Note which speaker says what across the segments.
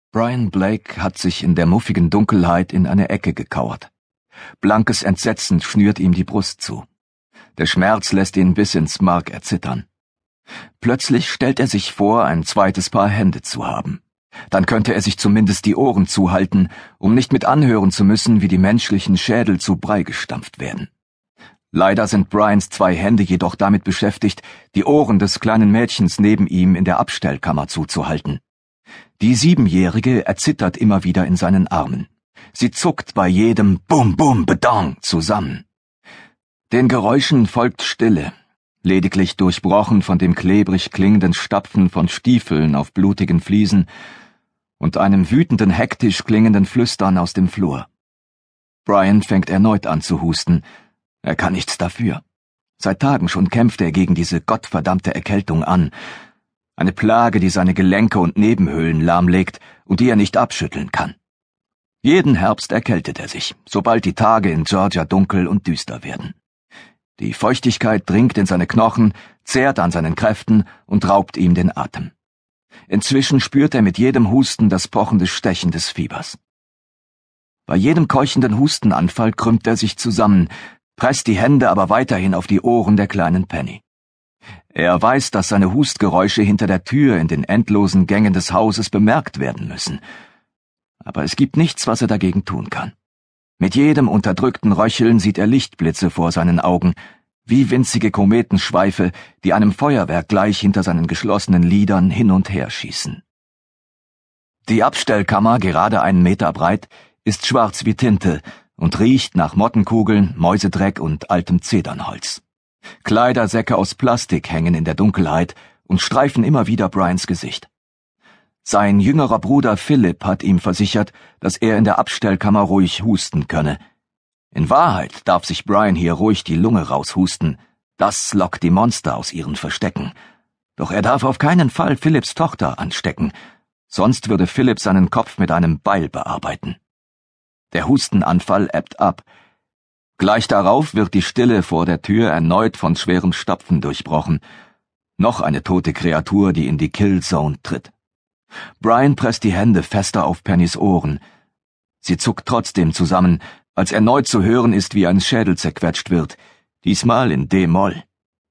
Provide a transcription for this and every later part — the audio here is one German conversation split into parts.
Speaker 1: Brian Blake hat sich in der muffigen Dunkelheit in eine Ecke gekauert. Blankes Entsetzen schnürt ihm die Brust zu. Der Schmerz lässt ihn bis ins Mark erzittern. Plötzlich stellt er sich vor, ein zweites Paar Hände zu haben. Dann könnte er sich zumindest die Ohren zuhalten, um nicht mit anhören zu müssen, wie die menschlichen Schädel zu Brei gestampft werden. Leider sind Brians zwei Hände jedoch damit beschäftigt, die Ohren des kleinen Mädchens neben ihm in der Abstellkammer zuzuhalten. Die 7-Jährige erzittert immer wieder in seinen Armen. Sie zuckt bei jedem Bum Bum Bedang zusammen. Den Geräuschen folgt Stille, lediglich durchbrochen von dem klebrig klingenden Stapfen von Stiefeln auf blutigen Fliesen und einem wütenden, hektisch klingenden Flüstern aus dem Flur. Brian fängt erneut an zu husten. Er kann nichts dafür. Seit Tagen schon kämpft er gegen diese gottverdammte Erkältung an. Eine Plage, die seine Gelenke und Nebenhöhlen lahmlegt und die er nicht abschütteln kann. Jeden Herbst erkältet er sich, sobald die Tage in Georgia dunkel und düster werden. Die Feuchtigkeit dringt in seine Knochen, zehrt an seinen Kräften und raubt ihm den Atem. Inzwischen spürt er mit jedem Husten das pochende Stechen des Fiebers. Bei jedem keuchenden Hustenanfall krümmt er sich zusammen, presst die Hände aber weiterhin auf die Ohren der kleinen Penny. Er weiß, dass seine Hustgeräusche hinter der Tür in den endlosen Gängen des Hauses bemerkt werden müssen. Aber es gibt nichts, was er dagegen tun kann. Mit jedem unterdrückten Röcheln sieht er Lichtblitze vor seinen Augen, wie winzige Kometenschweife, die einem Feuerwerk gleich hinter seinen geschlossenen Lidern hin und her schießen. Die Abstellkammer, gerade 1 Meter breit, ist schwarz wie Tinte und riecht nach Mottenkugeln, Mäusedreck und altem Zedernholz. Kleidersäcke aus Plastik hängen in der Dunkelheit und streifen immer wieder Brians Gesicht. Sein jüngerer Bruder Philip hat ihm versichert, dass er in der Abstellkammer ruhig husten könne. In Wahrheit darf sich Brian hier ruhig die Lunge raushusten. Das lockt die Monster aus ihren Verstecken. Doch er darf auf keinen Fall Philips Tochter anstecken, sonst würde Philip seinen Kopf mit einem Beil bearbeiten. Der Hustenanfall ebbt ab. Gleich darauf wird die Stille vor der Tür erneut von schwerem Stapfen durchbrochen. Noch eine tote Kreatur, die in die Killzone tritt. Brian presst die Hände fester auf Pennys Ohren. Sie zuckt trotzdem zusammen, als erneut zu hören ist, wie ein Schädel zerquetscht wird, diesmal in D-Moll.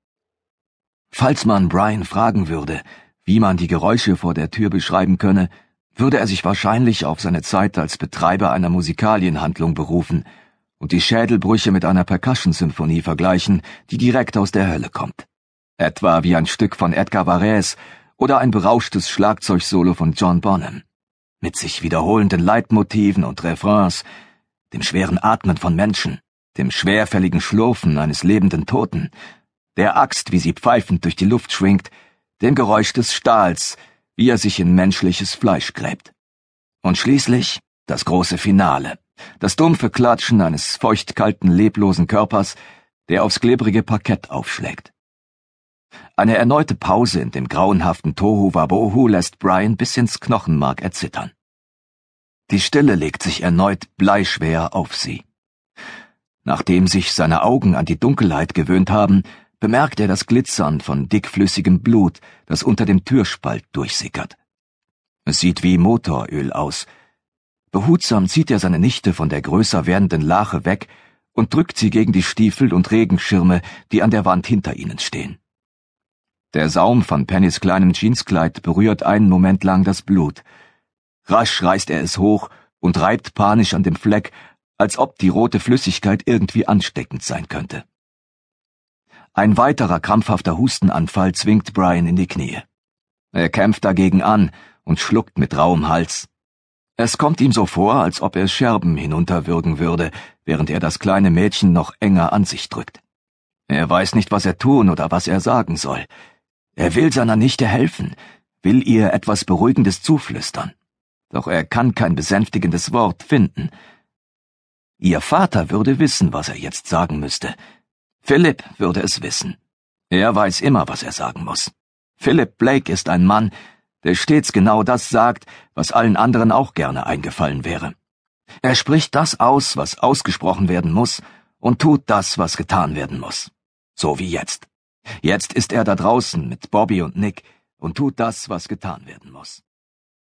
Speaker 1: Falls man Brian fragen würde, wie man die Geräusche vor der Tür beschreiben könne, würde er sich wahrscheinlich auf seine Zeit als Betreiber einer Musikalienhandlung berufen und die Schädelbrüche mit einer Percussion-Symphonie vergleichen, die direkt aus der Hölle kommt. Etwa wie ein Stück von Edgar Varese oder ein berauschtes Schlagzeugsolo von John Bonham, mit sich wiederholenden Leitmotiven und Refrains, dem schweren Atmen von Menschen, dem schwerfälligen Schlurfen eines lebenden Toten, der Axt, wie sie pfeifend durch die Luft schwingt, dem Geräusch des Stahls, wie er sich in menschliches Fleisch gräbt. Und schließlich das große Finale, das dumpfe Klatschen eines feuchtkalten, leblosen Körpers, der aufs klebrige Parkett aufschlägt. Eine erneute Pause in dem grauenhaften Tohu-Wabohu lässt Brian bis ins Knochenmark erzittern. Die Stille legt sich erneut bleischwer auf sie. Nachdem sich seine Augen an die Dunkelheit gewöhnt haben, bemerkt er das Glitzern von dickflüssigem Blut, das unter dem Türspalt durchsickert. Es sieht wie Motoröl aus. Behutsam zieht er seine Nichte von der größer werdenden Lache weg und drückt sie gegen die Stiefel und Regenschirme, die an der Wand hinter ihnen stehen. Der Saum von Pennys kleinem Jeanskleid berührt einen Moment lang das Blut. Rasch reißt er es hoch und reibt panisch an dem Fleck, als ob die rote Flüssigkeit irgendwie ansteckend sein könnte. Ein weiterer krampfhafter Hustenanfall zwingt Brian in die Knie. Er kämpft dagegen an und schluckt mit rauem Hals. Es kommt ihm so vor, als ob er Scherben hinunterwürgen würde, während er das kleine Mädchen noch enger an sich drückt. Er weiß nicht, was er tun oder was er sagen soll. Er will seiner Nichte helfen, will ihr etwas Beruhigendes zuflüstern. Doch er kann kein besänftigendes Wort finden. Ihr Vater würde wissen, was er jetzt sagen müsste. Philip würde es wissen. Er weiß immer, was er sagen muss. Philip Blake ist ein Mann, der stets genau das sagt, was allen anderen auch gerne eingefallen wäre. Er spricht das aus, was ausgesprochen werden muss, und tut das, was getan werden muss. So wie jetzt. Jetzt ist er da draußen mit Bobby und Nick und tut das, was getan werden muss.